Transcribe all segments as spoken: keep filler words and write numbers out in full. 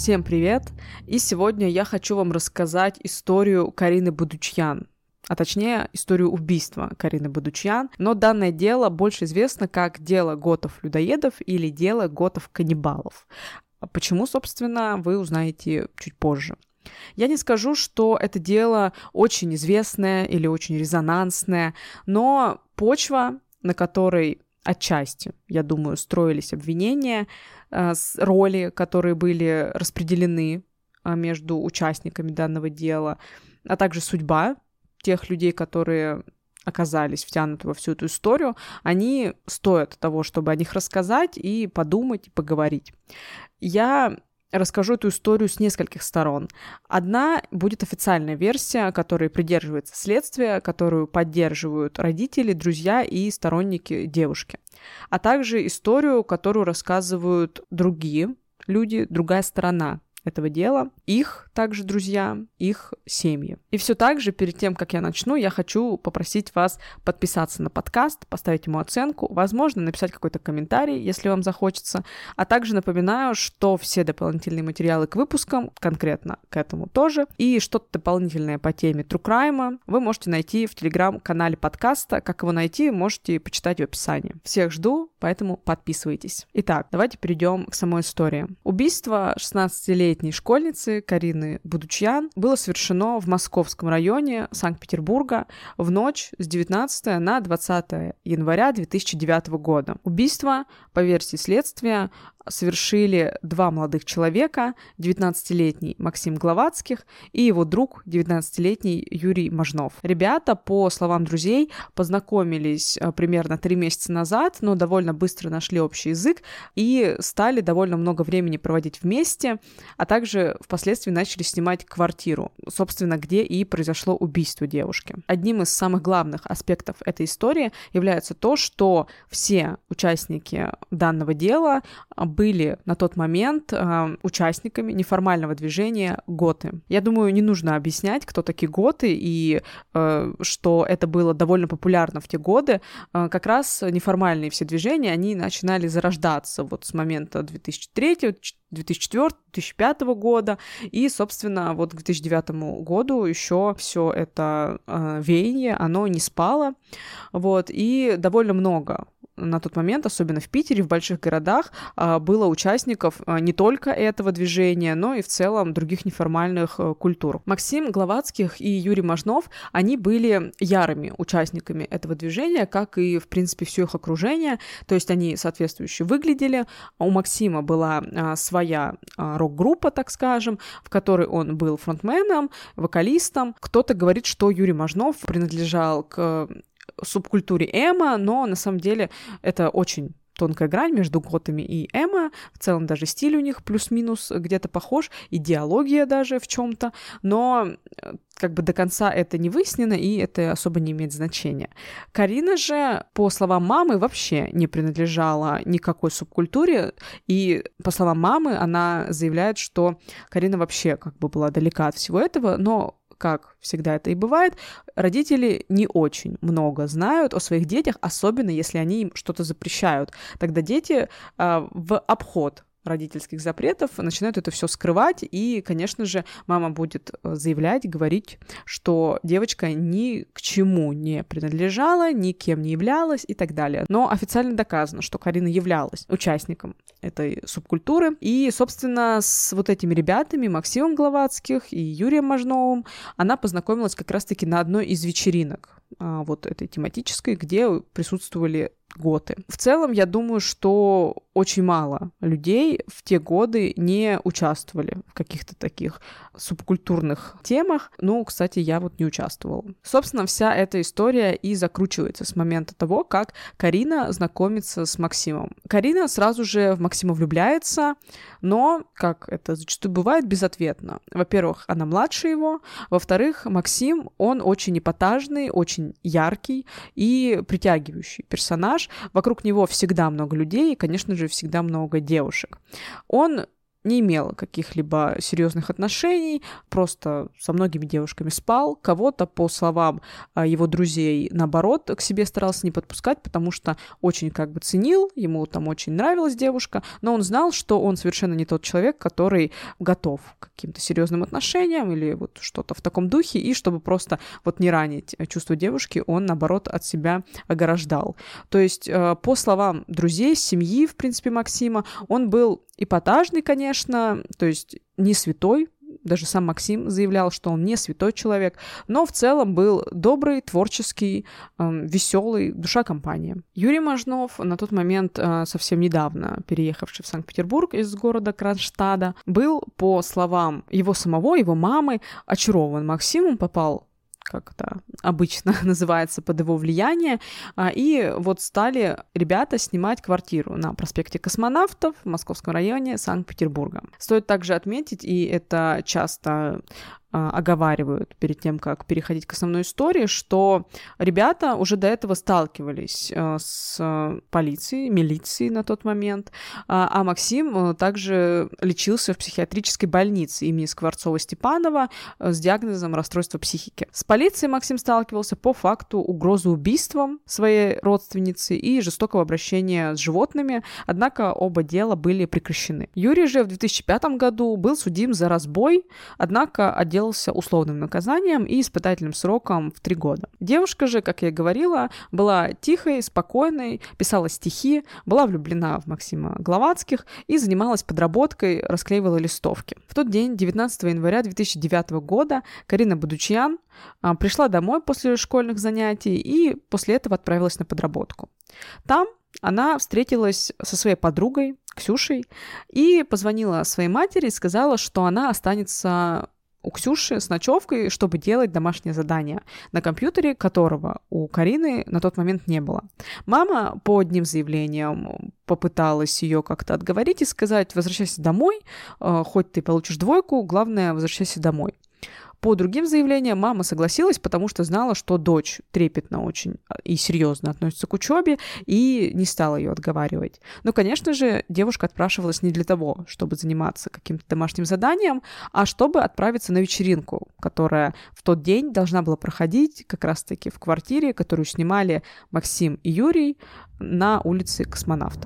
Всем привет! И сегодня я хочу вам рассказать историю Карины Будучьян, а точнее историю убийства Карины Будучьян, но данное дело больше известно как дело готов-людоедов или дело готов-каннибалов. Почему, собственно, вы узнаете чуть позже. Я не скажу, что это дело очень известное или очень резонансное, но почва, на которой отчасти, я думаю, строились обвинения, роли, которые были распределены между участниками данного дела, а также судьба тех людей, которые оказались втянуты во всю эту историю, они стоят того, чтобы о них рассказать и подумать, и поговорить. Я расскажу эту историю с нескольких сторон. Одна будет официальная версия, которой придерживается следствие, которую поддерживают родители, друзья и сторонники девушки. А также историю, которую рассказывают другие люди, другая сторона этого дела, их также друзья, их семьи. И все так же, перед тем, как я начну, я хочу попросить вас подписаться на подкаст, поставить ему оценку, возможно, написать какой-то комментарий, если вам захочется. А также напоминаю, что все дополнительные материалы к выпускам, конкретно к этому тоже, и что-то дополнительное по теме True Crime вы можете найти в телеграм-канале подкаста. Как его найти, можете почитать в описании. Всех жду, поэтому подписывайтесь. Итак, давайте перейдем к самой истории. Убийство шестнадцатилетней школьницы Карины Будучьян было совершено в Московском районе Санкт-Петербурга в ночь с девятнадцатого на двадцатое января две тысячи девятого года. Убийство, по версии следствия, совершили два молодых человека, девятнадцатилетний Максим Гловацких и его друг, девятнадцатилетний Юрий Мажнов. Ребята, по словам друзей, познакомились примерно три месяца назад, но довольно быстро нашли общий язык и стали довольно много времени проводить вместе, а также впоследствии начали снимать квартиру, собственно, где и произошло убийство девушки. Одним из самых главных аспектов этой истории является то, что все участники данного дела были на тот момент э, участниками неформального движения готы. Я думаю, не нужно объяснять, кто такие готы, и э, что это было довольно популярно в те годы. Э, как раз неформальные все движения, они начинали зарождаться вот с момента две тысячи третьего, две тысячи четвёртого, две тысячи пятого года, и, собственно, вот к две тысячи девятому году еще все это э, веяние, оно не спало, вот, и довольно много на тот момент, особенно в Питере, в больших городах, было участников не только этого движения, но и в целом других неформальных культур. Максим Гловацких и Юрий Мажнов, они были ярыми участниками этого движения, как и, в принципе, все их окружение, то есть они соответствующе выглядели. У Максима была своя рок-группа, так скажем, в которой он был фронтменом, вокалистом. Кто-то говорит, что Юрий Мажнов принадлежал к субкультуре эмо, но на самом деле это очень тонкая грань между готами и эмо. В целом даже стиль у них плюс-минус где-то похож, идеология даже в чем-то, но как бы до конца это не выяснено, и это особо не имеет значения. Карина же, по словам мамы, вообще не принадлежала никакой субкультуре, и по словам мамы, она заявляет, что Карина вообще как бы была далека от всего этого, но как всегда это и бывает, родители не очень много знают о своих детях, особенно если они им что-то запрещают. Тогда дети э, в обход родительских запретов начинают это все скрывать, и, конечно же, мама будет заявлять, говорить, что девочка ни к чему не принадлежала, никем не являлась и так далее. Но официально доказано, что Карина являлась участником этой субкультуры, и, собственно, с вот этими ребятами, Максимом Гловацких и Юрием Мажновым, она познакомилась как раз-таки на одной из вечеринок вот этой тематической, где присутствовали готы. В целом, я думаю, что очень мало людей в те годы не участвовали в каких-то таких субкультурных темах. Ну, кстати, я вот не участвовала. Собственно, вся эта история и закручивается с момента того, как Карина знакомится с Максимом. Карина сразу же в Максима влюбляется, но, как это зачастую бывает, безответно. Во-первых, она младше его. Во-вторых, Максим, он очень эпатажный, очень яркий и притягивающий персонаж. Вокруг него всегда много людей и, конечно же, всегда много девушек. Он не имел каких-либо серьезных отношений, просто со многими девушками спал. Кого-то, по словам его друзей, наоборот, к себе старался не подпускать, потому что очень как бы ценил, ему там очень нравилась девушка, но он знал, что он совершенно не тот человек, который готов к каким-то серьезным отношениям или вот что-то в таком духе, и чтобы просто вот не ранить чувства девушки, он, наоборот, от себя ограждал. То есть, по словам друзей, семьи, в принципе, Максима, он был эпатажный, конечно, то есть не святой, даже сам Максим заявлял, что он не святой человек, но в целом был добрый, творческий, э, веселый, душа компании. Юрий Мажнов, на тот момент э, совсем недавно переехавший в Санкт-Петербург из города Кронштадта, был, по словам его самого, его мамы, очарован Максимом, попал, как это обычно называется, под его влияние, и вот стали ребята снимать квартиру на проспекте Космонавтов в Московском районе Санкт-Петербурга. Стоит также отметить, и это часто оговаривают перед тем, как переходить к основной истории, что ребята уже до этого сталкивались с полицией, милицией на тот момент, а Максим также лечился в психиатрической больнице имени Скворцова-Степанова с диагнозом расстройства психики. С полицией Максим сталкивался по факту угрозы убийством своей родственницы и жестокого обращения с животными, однако оба дела были прекращены. Юрий же в две тысячи пятом году был судим за разбой, однако отдел условным наказанием и испытательным сроком в три года. Девушка же, как я и говорила, была тихой, спокойной, писала стихи, была влюблена в Максима Гловацких и занималась подработкой, расклеивала листовки. В тот день, девятнадцатого января две тысячи девятого года, Карина Будучьян а, пришла домой после школьных занятий и после этого отправилась на подработку. Там она встретилась со своей подругой Ксюшей и позвонила своей матери и сказала, что она останется у Ксюши с ночевкой, чтобы делать домашнее задание, на компьютере которого у Карины на тот момент не было. Мама по одним заявлениям попыталась ее как-то отговорить и сказать: возвращайся домой, хоть ты получишь двойку, главное, возвращайся домой. По другим заявлениям мама согласилась, потому что знала, что дочь трепетно очень и серьезно относится к учебе, и не стала ее отговаривать. Но, конечно же, девушка отпрашивалась не для того, чтобы заниматься каким-то домашним заданием, а чтобы отправиться на вечеринку, которая в тот день должна была проходить как раз-таки в квартире, которую снимали Максим и Юрий на улице Космонавтов.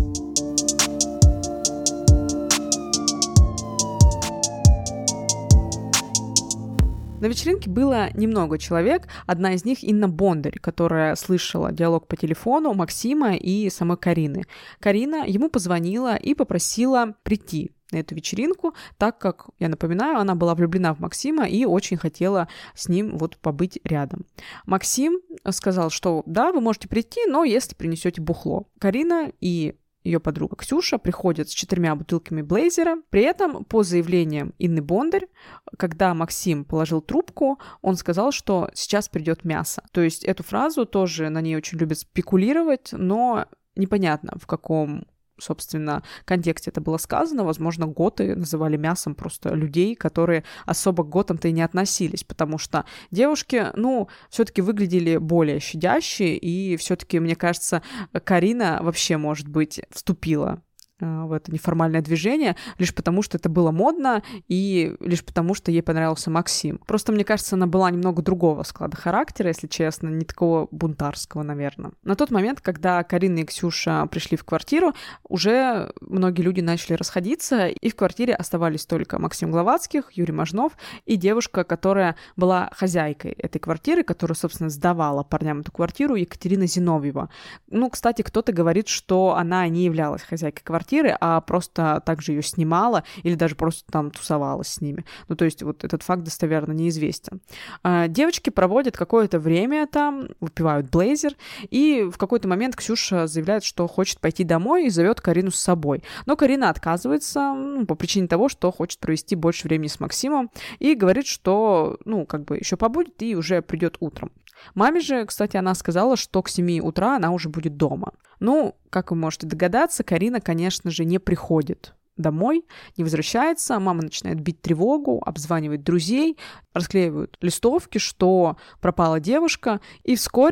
На вечеринке было немного человек, одна из них Инна Бондарь, которая слышала диалог по телефону Максима и самой Карины. Карина ему позвонила и попросила прийти на эту вечеринку, так как, я напоминаю, она была влюблена в Максима и очень хотела с ним вот побыть рядом. Максим сказал, что да, вы можете прийти, но если принесете бухло. Карина и ее подруга Ксюша приходят с четырьмя бутылками блейзера. При этом, по заявлениям Инны Бондарь, когда Максим положил трубку, он сказал, что сейчас придет мясо. То есть эту фразу тоже на ней очень любят спекулировать, но непонятно, в каком, собственно, контексте это было сказано. Возможно, готы называли мясом просто людей, которые особо к готам-то и не относились, потому что девушки, ну, все-таки выглядели более щадящие, и все-таки, мне кажется, Карина вообще, может быть, вступила в это неформальное движение лишь потому, что это было модно и лишь потому, что ей понравился Максим. Просто, мне кажется, она была немного другого склада характера, если честно, не такого бунтарского, наверное. На тот момент, когда Карина и Ксюша пришли в квартиру, уже многие люди начали расходиться, и в квартире оставались только Максим Гловацких, Юрий Мажнов и девушка, которая была хозяйкой этой квартиры, которая, собственно, сдавала парням эту квартиру, Екатерина Зиновьева. Ну, кстати, кто-то говорит, что она не являлась хозяйкой квартиры, а просто также ее снимала или даже просто там тусовалась с ними. Ну, то есть вот этот факт достоверно неизвестен. Девочки проводят какое-то время там, выпивают блейзер, и в какой-то момент Ксюша заявляет, что хочет пойти домой и зовет Карину с собой. Но Карина отказывается, ну, по причине того, что хочет провести больше времени с Максимом, и говорит, что, ну, как бы еще побудет и уже придет утром. Маме же, кстати, она сказала, что к семи утра она уже будет дома. Ну, как вы можете догадаться, Карина, конечно же, не приходит домой, не возвращается. Мама начинает бить тревогу, обзванивает друзей, расклеивают листовки, что пропала девушка. И вскоре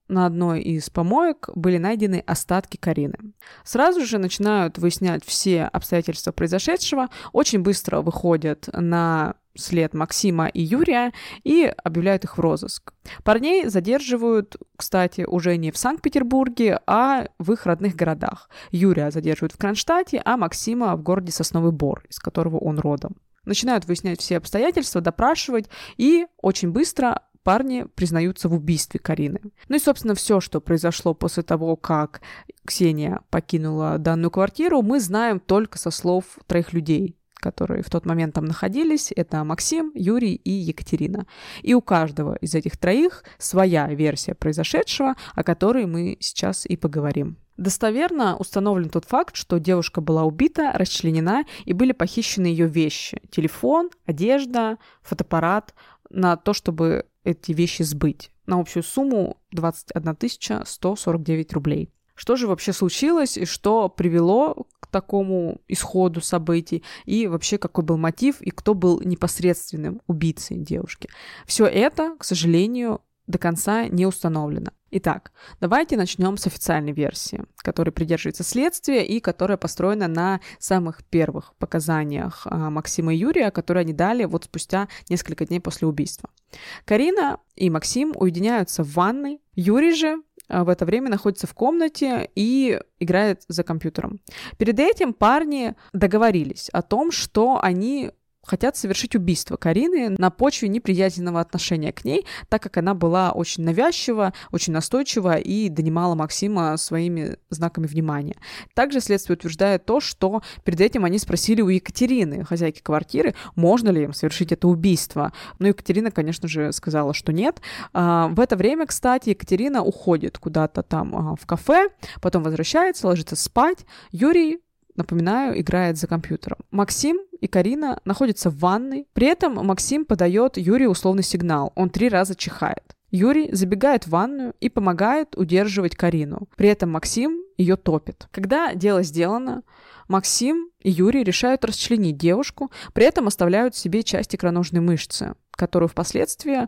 на одной из помоек были найдены остатки Карины. Сразу же начинают выяснять все обстоятельства произошедшего, очень быстро выходят на след Максима и Юрия и объявляют их в розыск. Парней задерживают, кстати, уже не в Санкт-Петербурге, а в их родных городах. Юрия задерживают в Кронштадте, а Максима в городе Сосновый Бор, из которого он родом. Начинают выяснять все обстоятельства, допрашивать, и очень быстро парни признаются в убийстве Карины. Ну и, собственно, все, что произошло после того, как Ксения покинула данную квартиру, мы знаем только со слов троих людей, которые в тот момент там находились. Это Максим, Юрий и Екатерина. И у каждого из этих троих своя версия произошедшего, о которой мы сейчас и поговорим. Достоверно установлен тот факт, что девушка была убита, расчленена и были похищены ее вещи. Телефон, одежда, фотоаппарат на то, чтобы эти вещи сбыть. На общую сумму двадцать одна тысяча сто сорок девять рублей. Что же вообще случилось и что привело к такому исходу событий, и вообще какой был мотив, и кто был непосредственным убийцей девушки. Все это, к сожалению, до конца не установлено. Итак, давайте начнем с официальной версии, которой придерживается следствие и которая построена на самых первых показаниях Максима и Юрия, которые они дали вот спустя несколько дней после убийства. Карина и Максим уединяются в ванной, Юрий же в это время находится в комнате и играет за компьютером. Перед этим парни договорились о том, что они хотят совершить убийство Карины на почве неприязненного отношения к ней, так как она была очень навязчива, очень настойчива и донимала Максима своими знаками внимания. Также следствие утверждает то, что перед этим они спросили у Екатерины, хозяйки квартиры, можно ли им совершить это убийство. Но Екатерина, конечно же, сказала, что нет. В это время, кстати, Екатерина уходит куда-то там в кафе, потом возвращается, ложится спать. Юрий, напоминаю, играет за компьютером. Максим и Карина находятся в ванной. При этом Максим подает Юрию условный сигнал. Он три раза чихает. Юрий забегает в ванную и помогает удерживать Карину. При этом Максим ее топит. Когда дело сделано, Максим и Юрий решают расчленить девушку, при этом оставляют себе часть икроножной мышцы, которую впоследствии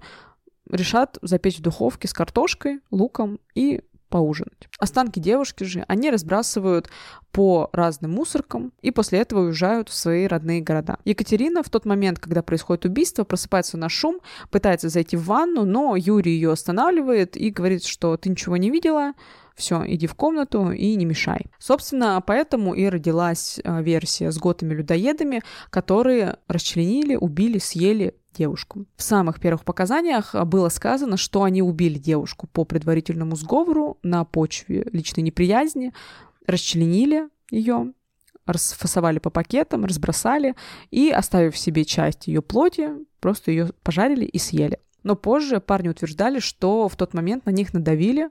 решат запечь в духовке с картошкой, луком и поужинать. Останки девушки же они разбрасывают по разным мусоркам и после этого уезжают в свои родные города. Екатерина в тот момент, когда происходит убийство, просыпается на шум, пытается зайти в ванну, но Юрий ее останавливает и говорит, что ты ничего не видела, все, иди в комнату и не мешай. Собственно, поэтому и родилась версия с готами-людоедами, которые расчленили, убили, съели девушку. В самых первых показаниях было сказано, что они убили девушку по предварительному сговору на почве личной неприязни, расчленили ее, расфасовали по пакетам, разбросали и, оставив себе часть ее плоти, просто ее пожарили и съели. Но позже парни утверждали, что в тот момент на них надавили,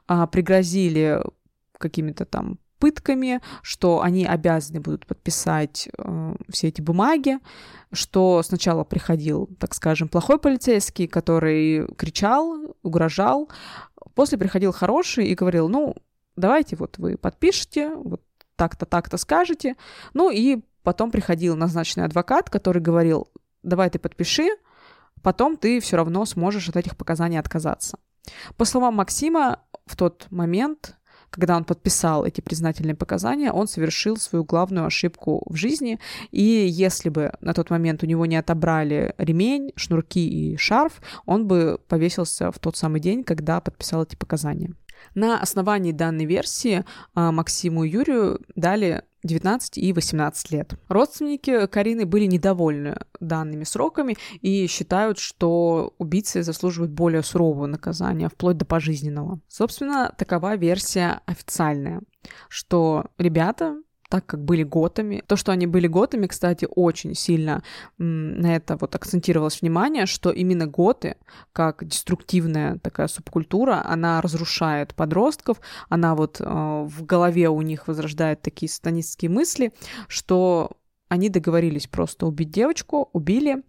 пригрозили какими-то там пытками, что они обязаны будут подписать э, все эти бумаги, что сначала приходил, так скажем, плохой полицейский, который кричал, угрожал, после приходил хороший и говорил, ну, давайте вот вы подпишите, вот так-то, так-то скажете, ну и потом приходил назначенный адвокат, который говорил, давай ты подпиши, потом ты все равно сможешь от этих показаний отказаться. По словам Максима, в тот момент, когда он подписал эти признательные показания, он совершил свою главную ошибку в жизни, и если бы на тот момент у него не отобрали ремень, шнурки и шарф, он бы повесился в тот самый день, когда подписал эти показания. На основании данной версии Максиму и Юрию дали девятнадцать и восемнадцать лет. Родственники Карины были недовольны данными сроками и считают, что убийцы заслуживают более сурового наказания, вплоть до пожизненного. Собственно, такова версия официальная, что ребята, так как были готами. То, что они были готами, кстати, очень сильно м, на это вот акцентировалось внимание, что именно готы, как деструктивная такая субкультура, она разрушает подростков, она вот э, в голове у них возрождает такие сатанистские мысли, что они договорились просто убить девочку, убили,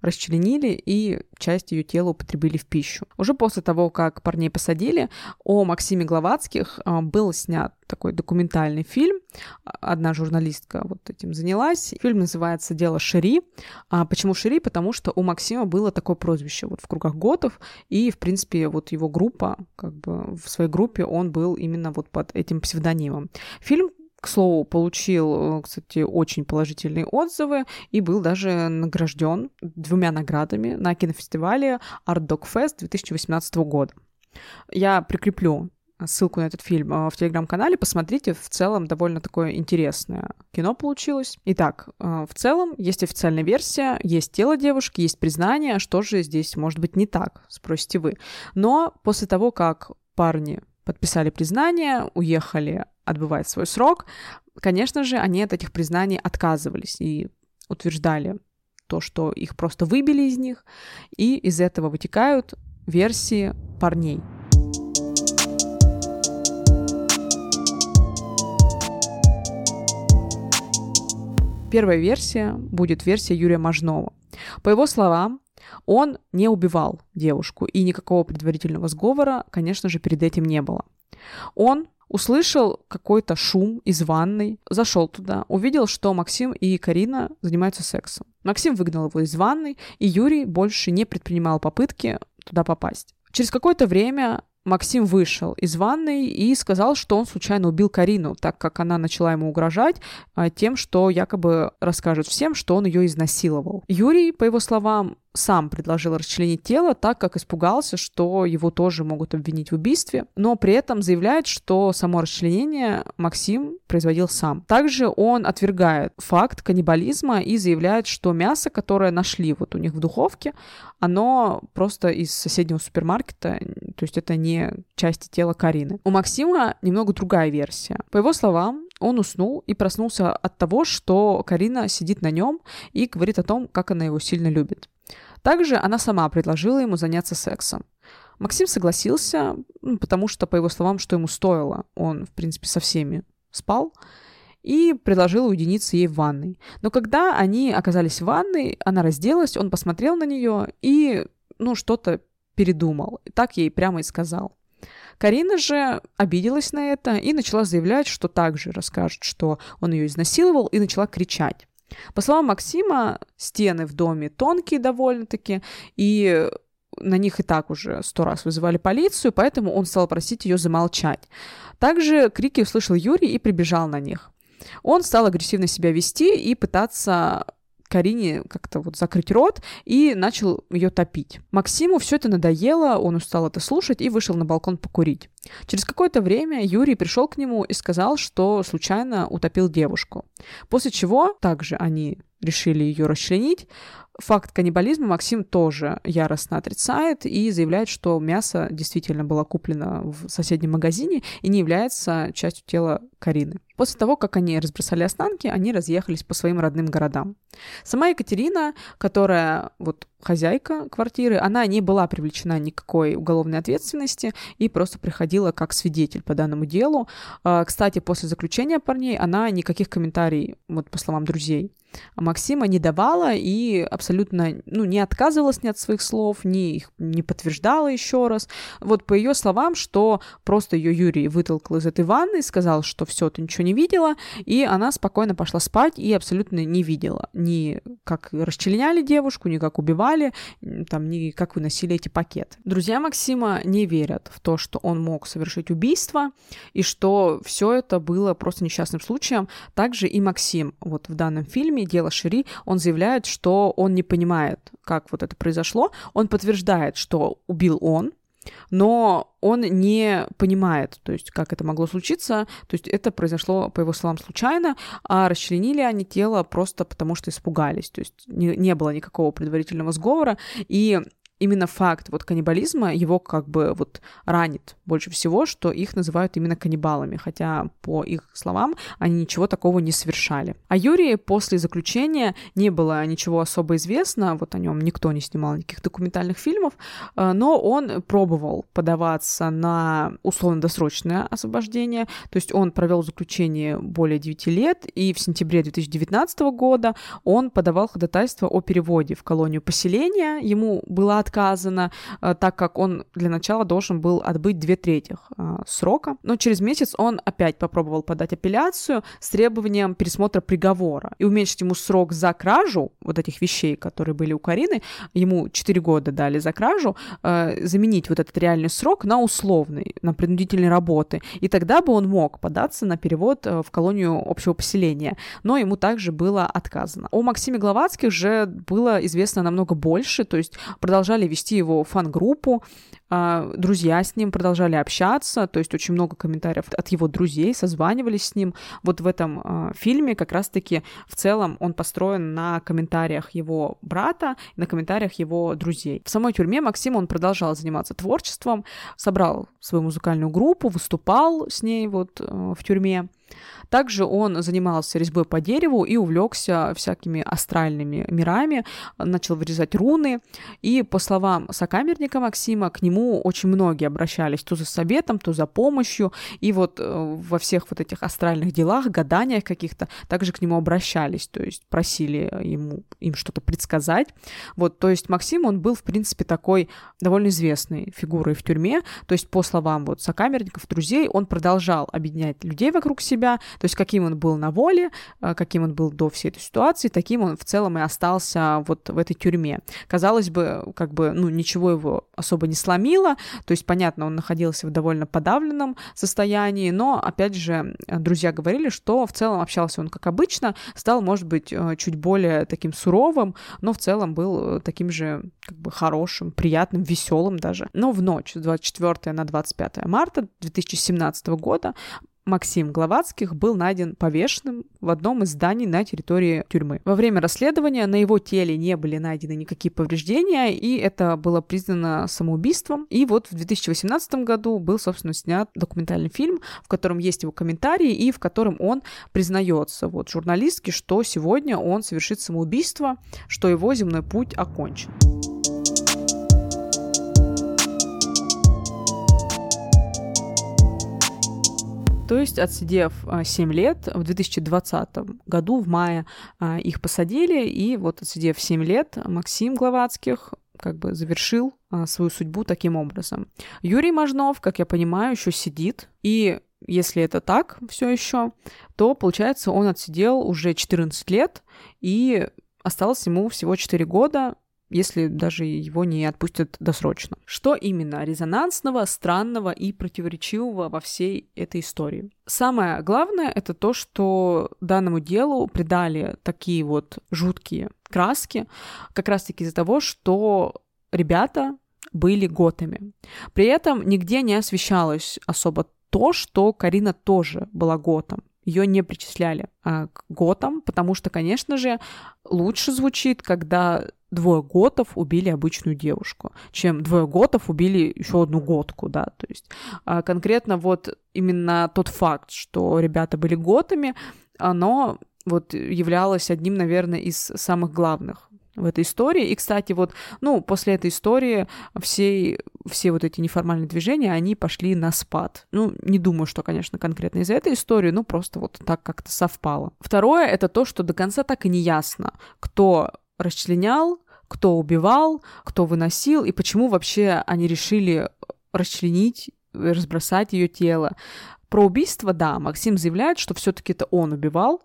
расчленили и часть ее тела употребили в пищу. Уже после того, как парней посадили, о Максиме Гловацких был снят такой документальный фильм. Одна журналистка вот этим занялась. Фильм называется «Дело Шери». А почему Шери? Потому что у Максима было такое прозвище вот в кругах готов, и, в принципе, вот его группа, как бы в своей группе он был именно вот под этим псевдонимом. Фильм, к слову, получил, кстати, очень положительные отзывы и был даже награжден двумя наградами на кинофестивале Art Dog Fest две тысячи восемнадцатого года. Я прикреплю ссылку на этот фильм в телеграм-канале, посмотрите, в целом довольно такое интересное кино получилось. Итак, в целом есть официальная версия, есть тело девушки, есть признание, что же здесь может быть не так, спросите вы. Но после того, как парни подписали признание, уехали отбывать свой срок, конечно же, они от этих признаний отказывались и утверждали то, что их просто выбили из них, и из этого вытекают версии парней. Первая версия будет версия Юрия Мажнова. По его словам, он не убивал девушку, и никакого предварительного сговора, конечно же, перед этим не было. Он услышал какой-то шум из ванной, зашел туда, увидел, что Максим и Карина занимаются сексом. Максим выгнал его из ванной, и Юрий больше не предпринимал попытки туда попасть. Через какое-то время Максим вышел из ванной и сказал, что он случайно убил Карину, так как она начала ему угрожать а, тем, что якобы расскажет всем, что он ее изнасиловал. Юрий, по его словам, сам предложил расчленить тело, так как испугался, что его тоже могут обвинить в убийстве, но при этом заявляет, что само расчленение Максим производил сам. Также он отвергает факт каннибализма и заявляет, что мясо, которое нашли вот у них в духовке, оно просто из соседнего супермаркета, то есть это не части тела Карины. У Максима немного другая версия. По его словам, он уснул и проснулся от того, что Карина сидит на нем и говорит о том, как она его сильно любит. Также она сама предложила ему заняться сексом. Максим согласился, потому что, по его словам, что ему стоило. Он, в принципе, со всеми спал и предложил уединиться ей в ванной. Но когда они оказались в ванной, она разделась, он посмотрел на нее и, ну, что-то передумал. Так ей прямо и сказал. Карина же обиделась на это и начала заявлять, что также расскажет, что он ее изнасиловал, и начала кричать. По словам Максима, стены в доме тонкие довольно-таки, и на них и так уже сто раз вызывали полицию, поэтому он стал просить ее замолчать. Также крики услышал Юрий и прибежал на них. Он стал агрессивно себя вести и пытаться Карине как-то вот закрыть рот и начал ее топить. Максиму все это надоело, он устал это слушать и вышел на балкон покурить. Через какое-то время Юрий пришел к нему и сказал, что случайно утопил девушку. После чего также они решили ее расчленить. Факт каннибализма Максим тоже яростно отрицает и заявляет, что мясо действительно было куплено в соседнем магазине и не является частью тела Карины. После того, как они разбросали останки, они разъехались по своим родным городам. Сама Екатерина, которая вот хозяйка квартиры, она не была привлечена никакой уголовной ответственности и просто приходила как свидетель по данному делу. Кстати, после заключения парней она никаких комментариев, вот по словам друзей, Максима не давала и абсолютно ну, не отказывалась ни от своих слов, ни их не подтверждала еще раз. Вот по ее словам, что просто ее Юрий вытолкал из этой ванны, сказал, что все, ты ничего не видела, и она спокойно пошла спать и абсолютно не видела ни как расчленяли девушку, ни как убивали, там, ни как выносили эти пакеты. Друзья Максима не верят в то, что он мог совершить убийство, и что все это было просто несчастным случаем. Также и Максим вот в данном фильме «Дело Шери», он заявляет, что он не понимает, как вот это произошло. Он подтверждает, что убил он, но он не понимает, то есть, как это могло случиться. То есть это произошло, по его словам, случайно, а расчленили они тело просто потому, что испугались. То есть не, не было никакого предварительного сговора. И именно факт вот каннибализма его как бы вот ранит больше всего, что их называют именно каннибалами, хотя по их словам они ничего такого не совершали. О Юрии после заключения не было ничего особо известно, вот о нем никто не снимал никаких документальных фильмов, но он пробовал подаваться на условно-досрочное освобождение, то есть он провел заключение более девяти лет, и в сентябре две тысячи девятнадцатого года он подавал ходатайство о переводе в колонию поселения, ему было отказано, так как он для начала должен был отбыть две трети срока, но через месяц он опять попробовал подать апелляцию с требованием пересмотра приговора и уменьшить ему срок за кражу вот этих вещей, которые были у Карины, ему четыре года дали за кражу, заменить вот этот реальный срок на условный, на принудительные работы, и тогда бы он мог податься на перевод в колонию общего поселения, но ему также было отказано. О Максиме Гловацких же было известно намного больше, то есть продолжали вести его фан-группу, друзья с ним продолжали общаться, то есть очень много комментариев от его друзей, созванивались с ним. Вот в этом фильме как раз-таки в целом он построен на комментариях его брата, на комментариях его друзей. В самой тюрьме Максим, он продолжал заниматься творчеством, собрал свою музыкальную группу, выступал с ней вот в тюрьме. Также он занимался резьбой по дереву и увлекся всякими астральными мирами, начал вырезать руны, и, по словам сокамерника Максима, к нему очень многие обращались то за советом, то за помощью, и вот во всех вот этих астральных делах, гаданиях каких-то, также к нему обращались, то есть просили ему, им что-то предсказать. Вот, то есть Максим, он был, в принципе, такой довольно известной фигурой в тюрьме, то есть, по словам вот сокамерников, друзей, он продолжал объединять людей вокруг себя. То есть каким он был на воле, каким он был до всей этой ситуации, таким он в целом и остался вот в этой тюрьме. Казалось бы, как бы, ну, ничего его особо не сломило, то есть, понятно, он находился в довольно подавленном состоянии, но, опять же, друзья говорили, что в целом общался он как обычно, стал, может быть, чуть более таким суровым, но в целом был таким же, как бы, хорошим, приятным, веселым даже. Но в ночь с двадцать четвёртого на двадцать пятое марта две тысячи семнадцатого года Максим Гловацких был найден повешенным в одном из зданий на территории тюрьмы. Во время расследования на его теле не были найдены никакие повреждения, и это было признано самоубийством. И вот в две тысячи восемнадцатом году был, собственно, снят документальный фильм, в котором есть его комментарии, и в котором он признается вот журналистке, что сегодня он совершит самоубийство, что его земной путь окончен. То есть, отсидев семь лет, в две тысячи двадцатом году, в мае, их посадили, и вот отсидев семь лет, Максим Гловацких как бы завершил свою судьбу таким образом. Юрий Мажнов, как я понимаю, еще сидит, и если это так все еще, то, получается, он отсидел уже четырнадцать лет, и осталось ему всего четыре года, если даже его не отпустят досрочно. Что именно резонансного, странного и противоречивого во всей этой истории? Самое главное — это то, что данному делу придали такие вот жуткие краски, как раз-таки из-за того, что ребята были готами. При этом нигде не освещалось особо то, что Карина тоже была готом. Ее не причисляли а, к готам, потому что, конечно же, лучше звучит, когда двое готов убили обычную девушку, чем двое готов убили еще одну готку, да, то есть а, конкретно вот именно тот факт, что ребята были готами, оно вот являлось одним, наверное, из самых главных в этой истории. И, кстати, вот, ну, после этой истории все, все вот эти неформальные движения, они пошли на спад. Ну, не думаю, что, конечно, конкретно из-за этой истории, ну, просто вот так как-то совпало. Второе — это то, что до конца так и не ясно, кто расчленял, кто убивал, кто выносил, и почему вообще они решили расчленить, разбросать ее тело. Про убийство, да, Максим заявляет, что все-таки это он убивал,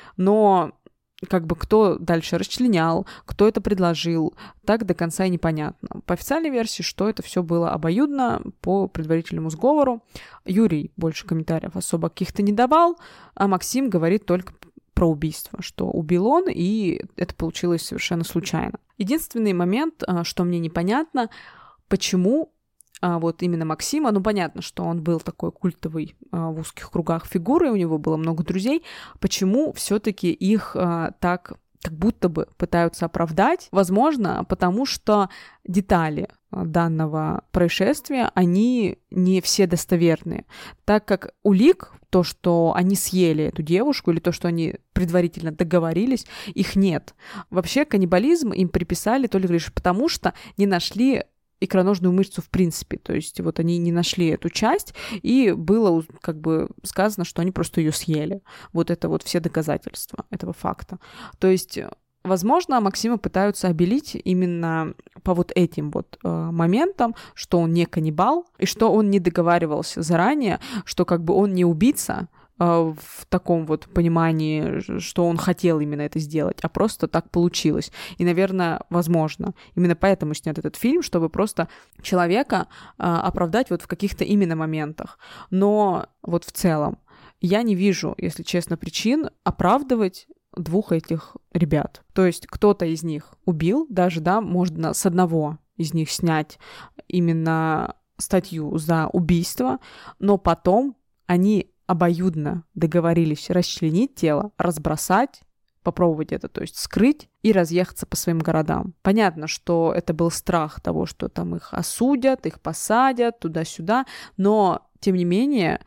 но как бы кто дальше расчленял, кто это предложил, так до конца и непонятно. По официальной версии, что это все было обоюдно по предварительному сговору. Юрий больше комментариев особо каких-то не давал, а Максим говорит только про убийство, что убил он, и это получилось совершенно случайно. Единственный момент, что мне непонятно, почему вот именно Максима, ну понятно, что он был такой культовый в узких кругах фигурой, у него было много друзей, почему все-таки их так как будто бы пытаются оправдать, возможно, потому что детали данного происшествия, они не все достоверные, так как улик, то, что они съели эту девушку, или то, что они предварительно договорились, их нет. Вообще каннибализм им приписали только лишь потому, что не нашли икроножную мышцу в принципе, то есть вот они не нашли эту часть, и было как бы сказано, что они просто ее съели. Вот это вот все доказательства этого факта. То есть, возможно, Максима пытаются обелить именно по вот этим вот э, моментам, что он не каннибал, и что он не договаривался заранее, что как бы он не убийца, в таком вот понимании, что он хотел именно это сделать, а просто так получилось. И, наверное, возможно, именно поэтому снят этот фильм, чтобы просто человека а, оправдать вот в каких-то именно моментах. Но вот в целом я не вижу, если честно, причин оправдывать двух этих ребят. То есть кто-то из них убил, даже, да, можно с одного из них снять именно статью за убийство, но потом они обоюдно договорились расчленить тело, разбросать, попробовать это, то есть скрыть и разъехаться по своим городам. Понятно, что это был страх того, что там их осудят, их посадят туда-сюда, но, тем не менее,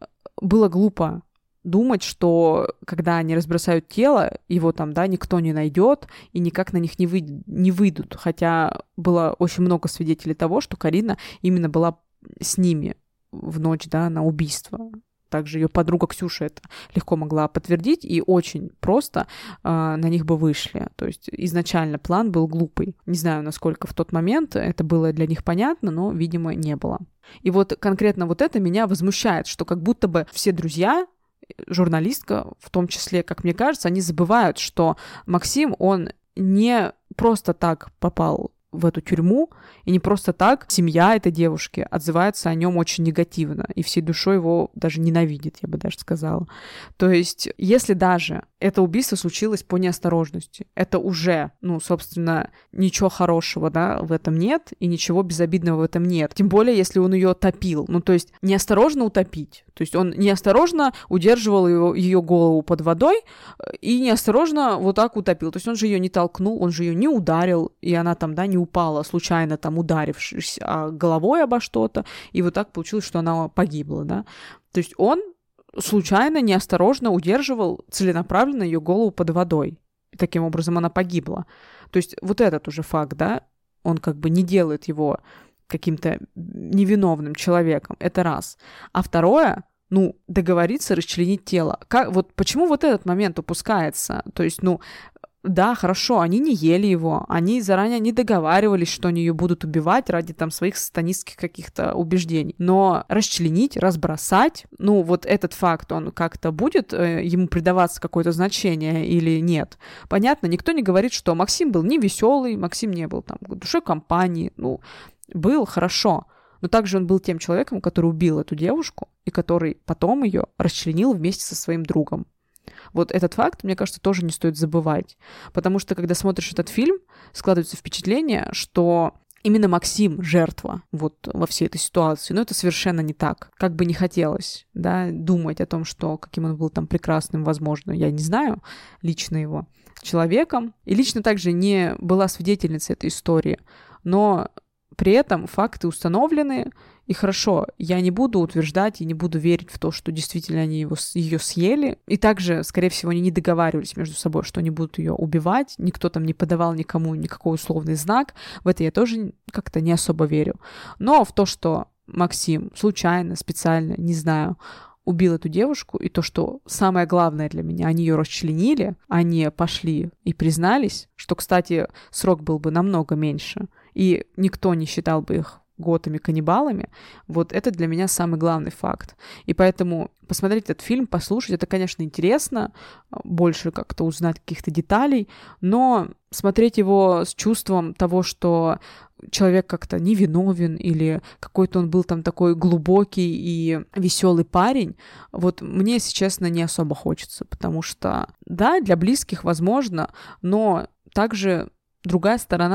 было глупо думать, что когда они разбросают тело, его там, да, никто не найдет и никак на них не, вы... не выйдут, хотя было очень много свидетелей того, что Карина именно была с ними в ночь, да, на убийство. Также ее подруга Ксюша это легко могла подтвердить, и очень просто э, на них бы вышли. То есть изначально план был глупый. Не знаю, насколько в тот момент это было для них понятно, но, видимо, не было. И вот конкретно вот это меня возмущает, что как будто бы все друзья, журналистка в том числе, как мне кажется, они забывают, что Максим, он не просто так попал в эту тюрьму, и не просто так семья этой девушки отзывается о нем очень негативно, и всей душой его даже ненавидит, я бы даже сказала. То есть, если даже это убийство случилось по неосторожности, это уже, ну, собственно, ничего хорошего, да, в этом нет, и ничего безобидного в этом нет. Тем более, если он ее топил. Ну, то есть, неосторожно утопить. То есть, он неосторожно удерживал ее, ее голову под водой и неосторожно вот так утопил. То есть, он же ее не толкнул, он же ее не ударил, и она там, да, не упала, случайно там ударившись головой обо что-то, и вот так получилось, что она погибла, да. То есть он случайно, неосторожно удерживал целенаправленно ее голову под водой. И таким образом она погибла. То есть вот этот уже факт, да, он как бы не делает его каким-то невиновным человеком. Это раз. А второе, ну, договориться расчленить тело. Как, вот почему вот этот момент упускается? То есть, ну, да, хорошо, они не ели его, они заранее не договаривались, что они ее будут убивать ради там своих сатанистских каких-то убеждений. Но расчленить, разбросать, ну вот этот факт, он как-то будет э, ему придаваться какое-то значение или нет? Понятно, никто не говорит, что Максим был не веселый, Максим не был там душой компании, ну, был хорошо. Но также он был тем человеком, который убил эту девушку и который потом ее расчленил вместе со своим другом. Вот этот факт, мне кажется, тоже не стоит забывать. Потому что, когда смотришь этот фильм, складывается впечатление, что именно Максим жертва вот во всей этой ситуации. Но это совершенно не так. Как бы не хотелось, да, думать о том, что каким он был там прекрасным, возможно, я не знаю, лично его, человеком. И лично также не была свидетельницей этой истории. Но при этом факты установлены, и хорошо, я не буду утверждать и не буду верить в то, что действительно они его, ее съели. И также, скорее всего, они не договаривались между собой, что они будут ее убивать. Никто там не подавал никому никакой условный знак. В это я тоже как-то не особо верю. Но в то, что Максим случайно, специально, не знаю, убил эту девушку, и то, что самое главное для меня, они ее расчленили, они пошли и признались, что, кстати, срок был бы намного меньше, и никто не считал бы их готами-каннибалами, вот это для меня самый главный факт. И поэтому посмотреть этот фильм, послушать, это, конечно, интересно, больше как-то узнать каких-то деталей, но смотреть его с чувством того, что человек как-то невиновен или какой-то он был там такой глубокий и веселый парень, вот мне, если честно, не особо хочется, потому что, да, для близких возможно, но также другая сторона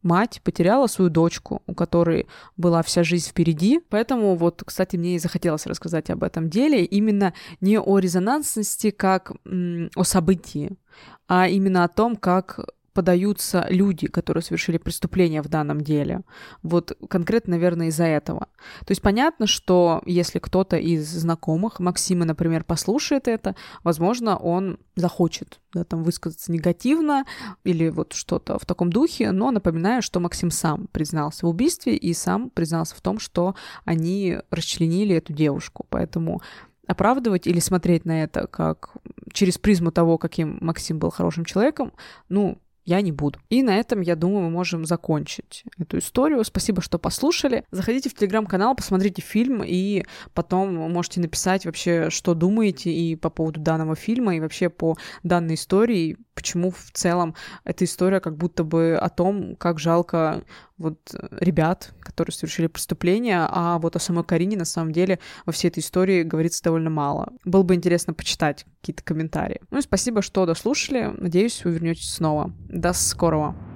мать потеряла свою дочку, у которой была вся жизнь впереди. Поэтому вот, кстати, мне и захотелось рассказать об этом деле именно не о резонансности как м- о событии, а именно о том, как подаются люди, которые совершили преступление в данном деле. Вот конкретно, наверное, из-за этого. То есть понятно, что если кто-то из знакомых Максима, например, послушает это, возможно, он захочет, да, там, высказаться негативно или вот что-то в таком духе, но напоминаю, что Максим сам признался в убийстве и сам признался в том, что они расчленили эту девушку. Поэтому оправдывать или смотреть на это как через призму того, каким Максим был хорошим человеком, ну, я не буду. И на этом, я думаю, мы можем закончить эту историю. Спасибо, что послушали. Заходите в телеграм-канал, посмотрите фильм, и потом можете написать вообще, что думаете и по поводу данного фильма, и вообще по данной истории, почему в целом эта история как будто бы о том, как жалко вот ребят, которые совершили преступление, а вот о самой Карине на самом деле во всей этой истории говорится довольно мало. Было бы интересно почитать какие-то комментарии. Ну и спасибо, что дослушали. Надеюсь, вы вернетесь снова. До скорого.